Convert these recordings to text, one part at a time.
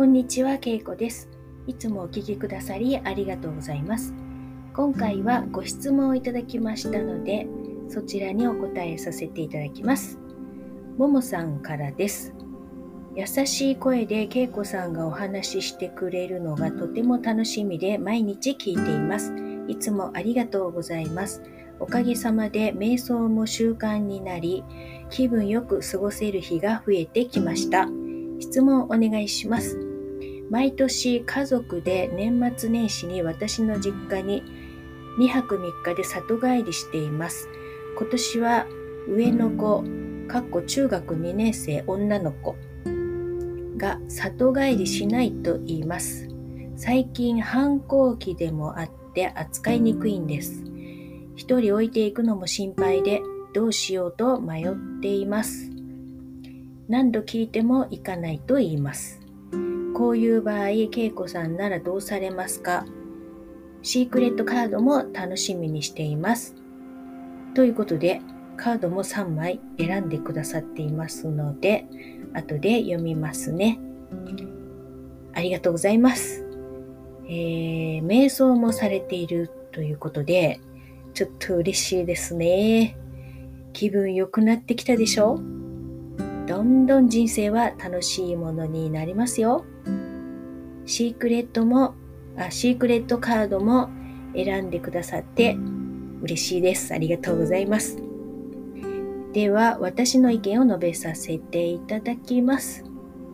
こんにちは、けいこです。いつもお聞きくださりありがとうございます。今回はご質問をいただきましたので、そちらにお答えさせていただきます。ももさんからです。優しい声でけいこさんがお話ししてくれるのがとても楽しみで毎日聞いています。いつもありがとうございます。おかげさまで瞑想も習慣になり、気分よく過ごせる日が増えてきました。質問お願いします。毎年家族で年末年始に私の実家に2泊3日で里帰りしています。今年は上の子、中学2年生女の子が里帰りしないと言います。最近反抗期でもあって扱いにくいんです。一人置いていくのも心配でどうしようと迷っています。何度聞いても行かないと言います。こういう場合、けいこさんならどうされますか？シークレットカードも楽しみにしています。ということで、カードも3枚選んでくださっていますので、後で読みますね。ありがとうございます。瞑想もされているということで、ちょっと嬉しいですね。気分良くなってきたでしょ？どんどん人生は楽しいものになりますよ。シークレットカードも選んでくださって嬉しいです。ありがとうございます。では、私の意見を述べさせていただきます。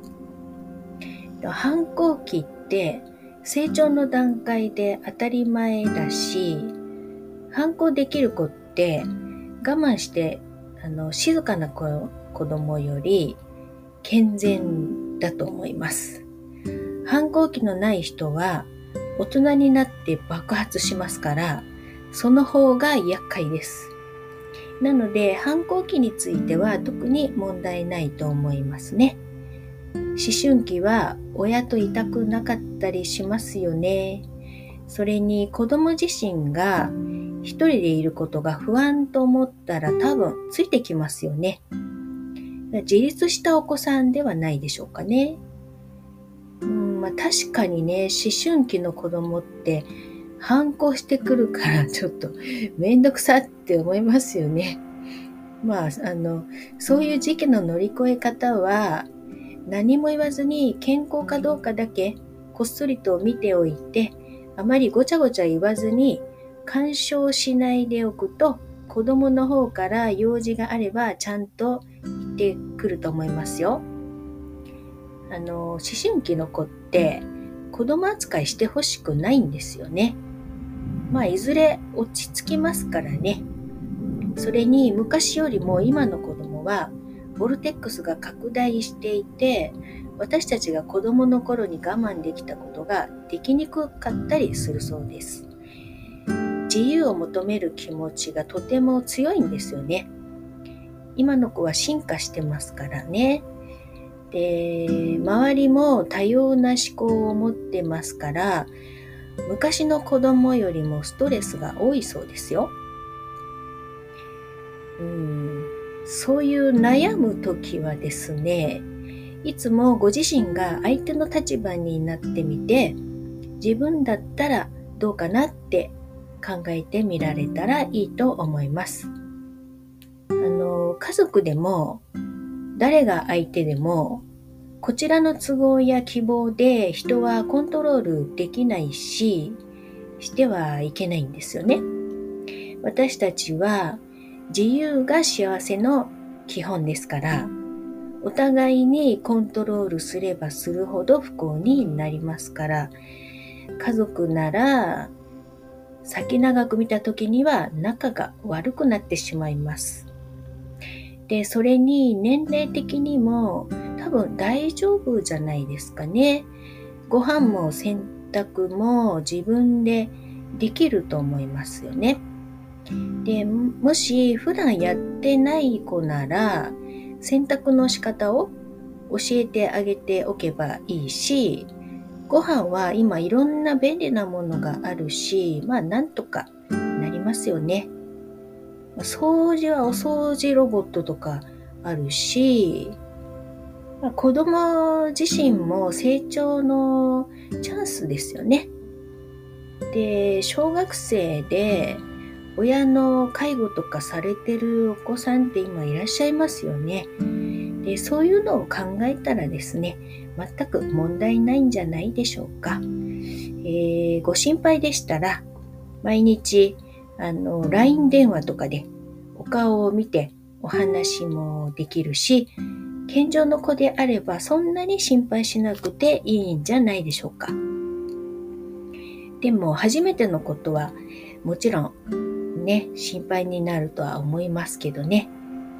反抗期って成長の段階で当たり前だし、反抗できる子って我慢して静かな子供より健全だと思います。反抗期のない人は大人になって爆発しますから、その方が厄介です。なので反抗期については特に問題ないと思いますね。思春期は親といたくなかったりしますよね。それに子供自身が一人でいることが不安と思ったら多分ついてきますよね。自立したお子さんではないでしょうかね。確かにね、思春期の子供って反抗してくるからちょっとめんどくさって思いますよね。そういう時期の乗り越え方は何も言わずに健康かどうかだけこっそりと見ておいて、あまりごちゃごちゃ言わずに干渉しないでおくと、子供の方から用事があればちゃんと言ってくると思いますよ。思春期の子って子供扱いしてほしくないんですよね。いずれ落ち着きますからね。それに昔よりも今の子供はボルテックスが拡大していて、私たちが子供の頃に我慢できたことができにくかったりするそうです。自由を求める気持ちがとても強いんですよね。今の子は進化してますからね。で、周りも多様な思考を持ってますから、昔の子供よりもストレスが多いそうですよ。そういう悩むときはですね、いつもご自身が相手の立場になってみて、自分だったらどうかなって考えてみられたらいいと思います。家族でも誰が相手でもこちらの都合や希望で人はコントロールできないし、してはいけないんですよね。私たちは自由が幸せの基本ですから、お互いにコントロールすればするほど不幸になりますから、家族なら先長く見た時には仲が悪くなってしまいます。で、それに年齢的にも多分大丈夫じゃないですかね。ご飯も洗濯も自分でできると思いますよね。で、もし普段やってない子なら洗濯の仕方を教えてあげておけばいいし、ご飯は今いろんな便利なものがあるし、なんとかなりますよね。掃除はお掃除ロボットとかあるし、 子供自身も成長のチャンスですよね。で、小学生で親の介護とかされてるお子さんって今いらっしゃいますよね。で、そういうのを考えたらですね、全く問題ないんじゃないでしょうか。ご心配でしたら、毎日LINE 電話とかでお顔を見てお話もできるし、健常の子であればそんなに心配しなくていいんじゃないでしょうか。でも初めてのことはもちろんね、心配になるとは思いますけどね。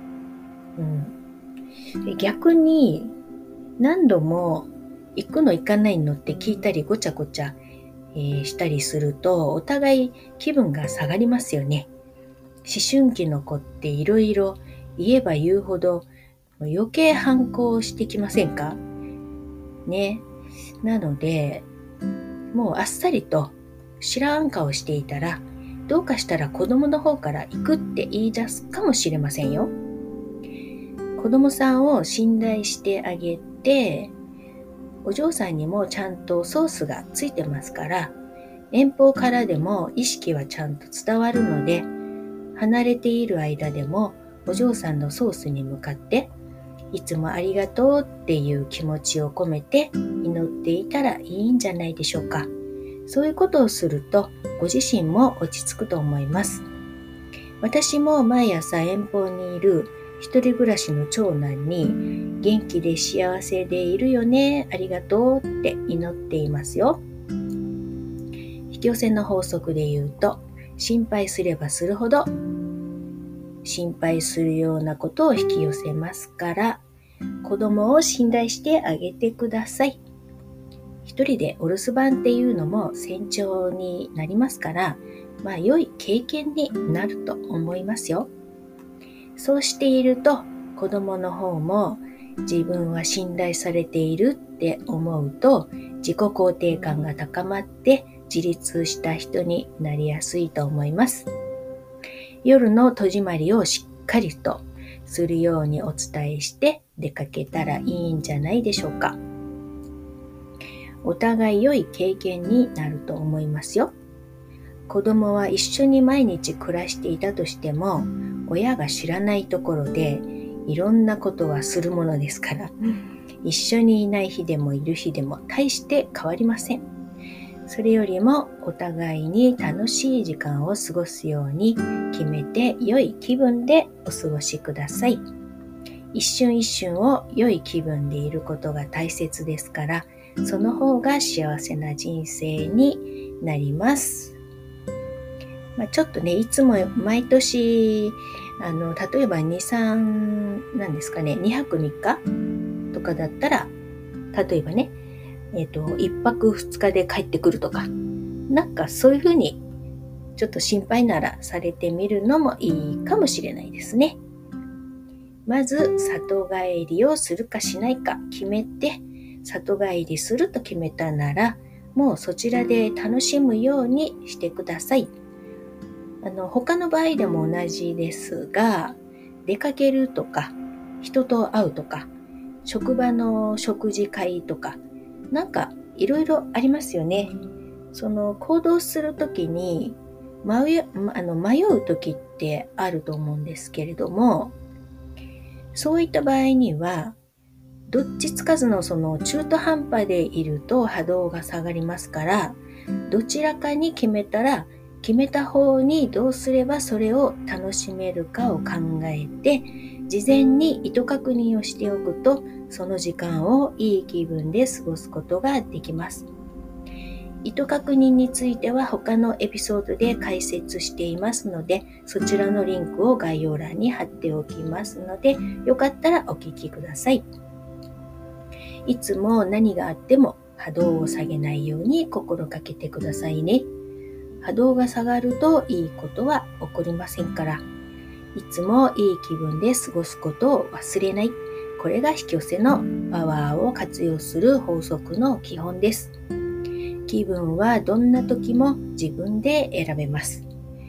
逆に何度も行くの行かないのって聞いたりごちゃごちゃ、したりするとお互い気分が下がりますよね。思春期の子っていろいろ言えば言うほど余計反抗してきませんかね。なのでもうあっさりと知らん顔していたら、どうかしたら子供の方から行くって言い出すかもしれませんよ。子供さんを信頼してあげて、お嬢さんにもちゃんとソースがついてますから、遠方からでも意識はちゃんと伝わるので、離れている間でもお嬢さんのソースに向かって、いつもありがとうっていう気持ちを込めて祈っていたらいいんじゃないでしょうか。そういうことをするとご自身も落ち着くと思います。私も毎朝遠方にいる一人暮らしの長男に元気で幸せでいるよね、ありがとうって祈っていますよ。引き寄せの法則で言うと、心配すればするほど心配するようなことを引き寄せますから、子供を信頼してあげてください。一人でお留守番っていうのも成長になりますから、良い経験になると思いますよ。そうしていると子供の方も自分は信頼されているって思うと自己肯定感が高まって自立した人になりやすいと思います。夜の戸締まりをしっかりとするようにお伝えして出かけたらいいんじゃないでしょうか。お互い良い経験になると思いますよ。子供は一緒に毎日暮らしていたとしても、親が知らないところでいろんなことはするものですから、一緒にいない日でもいる日でも大して変わりません。それよりもお互いに楽しい時間を過ごすように決めて良い気分でお過ごしください。一瞬一瞬を良い気分でいることが大切ですから、その方が幸せな人生になります。ちょっとね、いつも毎年例えば2、3なんですかね、2泊3日とかだったら、例えばね、1泊2日で帰ってくるとか、なんかそういうふうにちょっと心配ならされてみるのもいいかもしれないですね。まず里帰りをするかしないか決めて、里帰りすると決めたなら、もうそちらで楽しむようにしてください。他の場合でも同じですが、出かけるとか、人と会うとか、職場の食事会とか、なんかいろいろありますよね。その行動するときに迷うときってあると思うんですけれども、そういった場合には、どっちつかずのその中途半端でいると波動が下がりますから、どちらかに決めたら、決めた方にどうすればそれを楽しめるかを考えて、事前に意図確認をしておくと、その時間をいい気分で過ごすことができます。意図確認については他のエピソードで解説していますので、そちらのリンクを概要欄に貼っておきますので、よかったらお聞きください。いつも何があっても波動を下げないように心がけてくださいね。波動が下がるといいことは起こりませんから、いつもいい気分で過ごすことを忘れない。これが引き寄せのパワーを活用する法則の基本です。気分はどんな時も自分で選べます。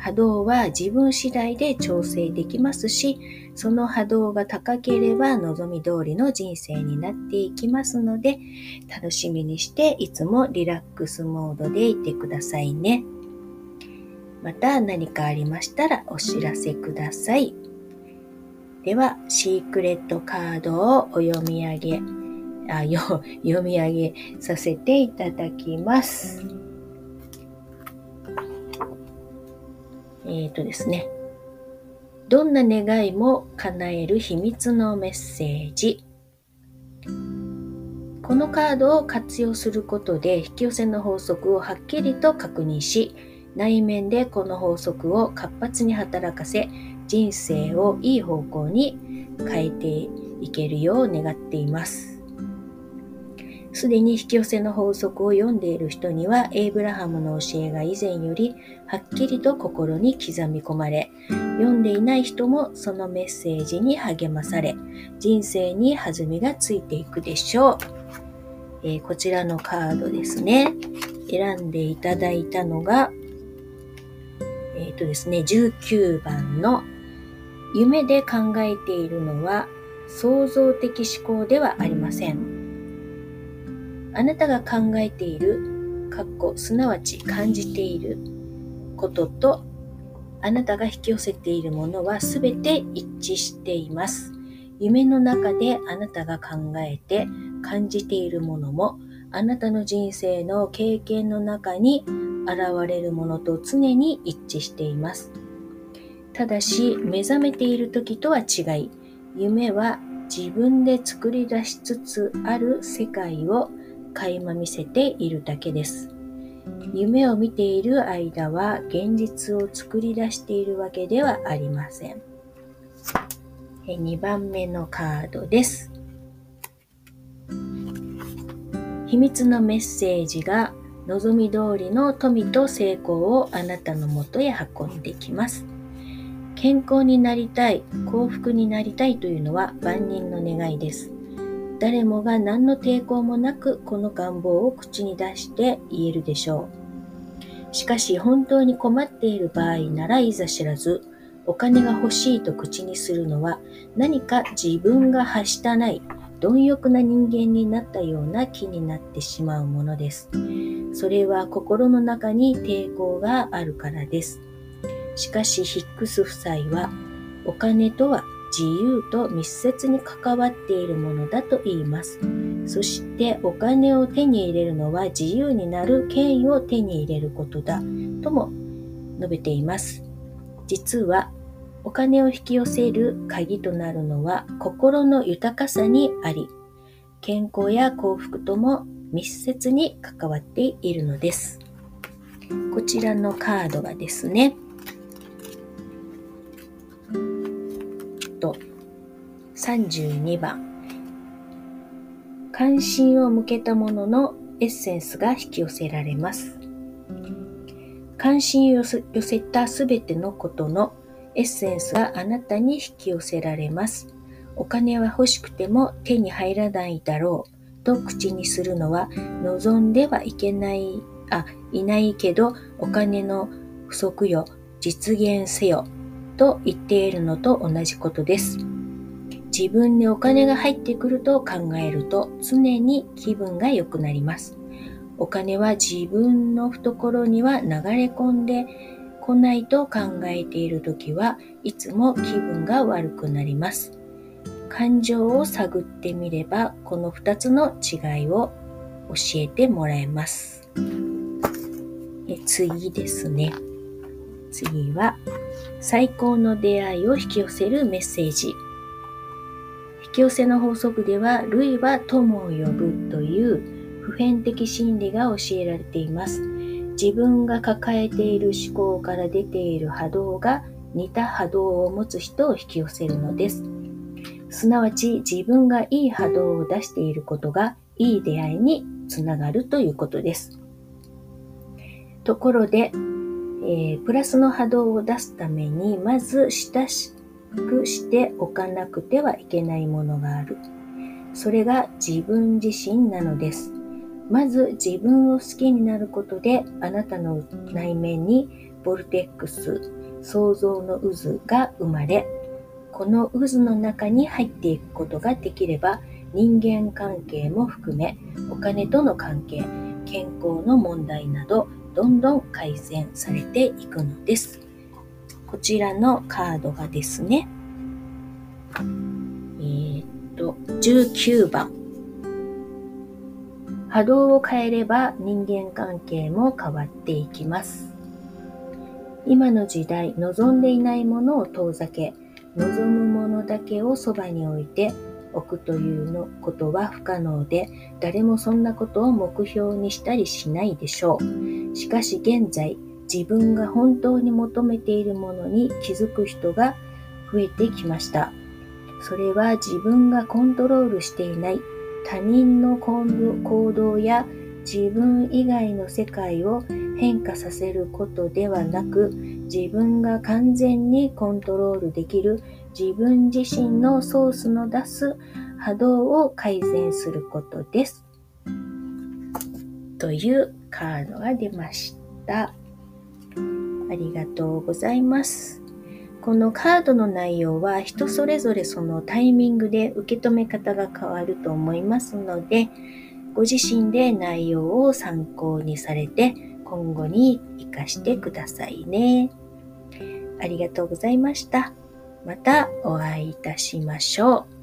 波動は自分次第で調整できますし、その波動が高ければ望み通りの人生になっていきますので、楽しみにしていつもリラックスモードでいてくださいね。また何かありましたらお知らせください。では、シークレットカードを読み上げさせていただきます。ですね。どんな願いも叶える秘密のメッセージ。このカードを活用することで引き寄せの法則をはっきりと確認し、内面でこの法則を活発に働かせ、人生をいい方向に変えていけるよう願っています。すでに引き寄せの法則を読んでいる人には、エイブラハムの教えが以前よりはっきりと心に刻み込まれ、読んでいない人もそのメッセージに励まされ、人生に弾みがついていくでしょう。こちらのカードですね。選んでいただいたのが、ですね、19番の夢で考えているのは創造的思考ではありません。あなたが考えている、すなわち感じていることと、あなたが引き寄せているものはすべて一致しています。夢の中であなたが考えて感じているものも、あなたの人生の経験の中に現れるものと常に一致しています。ただし、目覚めている時とは違い、夢は自分で作り出しつつある世界を垣間見せているだけです。夢を見ている間は現実を作り出しているわけではありません。2番目のカードです。秘密のメッセージが望み通りの富と成功をあなたのもとへ運んできます。健康になりたい、幸福になりたいというのは万人の願いです。誰もが何の抵抗もなくこの願望を口に出して言えるでしょう。しかし本当に困っている場合ならいざ知らず、お金が欲しいと口にするのは何か自分がはしたない、貪欲な人間になったような気になってしまうものです。それは心の中に抵抗があるからです。しかしヒックス夫妻は、お金とは自由と密接に関わっているものだと言います。そしてお金を手に入れるのは自由になる権威を手に入れることだとも述べています。実はお金を引き寄せる鍵となるのは心の豊かさにあり、健康や幸福とも密接に関わっているのです。こちらのカードがですね、32番、関心を向けたもののエッセンスが引き寄せられます。関心を寄せたすべてのことのエッセンスがあなたに引き寄せられます。お金は欲しくても手に入らないだろうと口にするのは望んではいないけどお金の不足よ、実現せよと言っているのと同じことです。自分にお金が入ってくると考えると常に気分が良くなります。お金は自分の懐には流れ込んでこないと考えているときはいつも気分が悪くなります。感情を探ってみればこの2つの違いを教えてもらえます。次ですね。次は最高の出会いを引き寄せるメッセージ。引き寄せの法則では、類は友を呼ぶという普遍的真理が教えられています。自分が抱えている思考から出ている波動が似た波動を持つ人を引き寄せるのです。すなわち自分がいい波動を出していることがいい出会いにつながるということです。ところで、プラスの波動を出すためにまず親しくしておかなくてはいけないものがある。それが自分自身なのです。まず自分を好きになることであなたの内面にボルテックス、 想像の渦が生まれ、この渦の中に入っていくことができれば、人間関係も含めお金との関係、健康の問題などどんどん改善されていくのです。こちらのカードがですね、19番。波動を変えれば人間関係も変わっていきます。今の時代、望んでいないものを遠ざけ、望むものだけをそばに置いておくというのことは不可能で、誰もそんなことを目標にしたりしないでしょう。しかし現在、自分が本当に求めているものに気づく人が増えてきました。それは自分がコントロールしていない他人の行動や自分以外の世界を変化させることではなく、自分が完全にコントロールできる自分自身のソースの出す波動を改善することです。というカードが出ました。ありがとうございます。このカードの内容は人それぞれそのタイミングで受け止め方が変わると思いますので、ご自身で内容を参考にされて今後に生かしてくださいね。ありがとうございました。またお会いいたしましょう。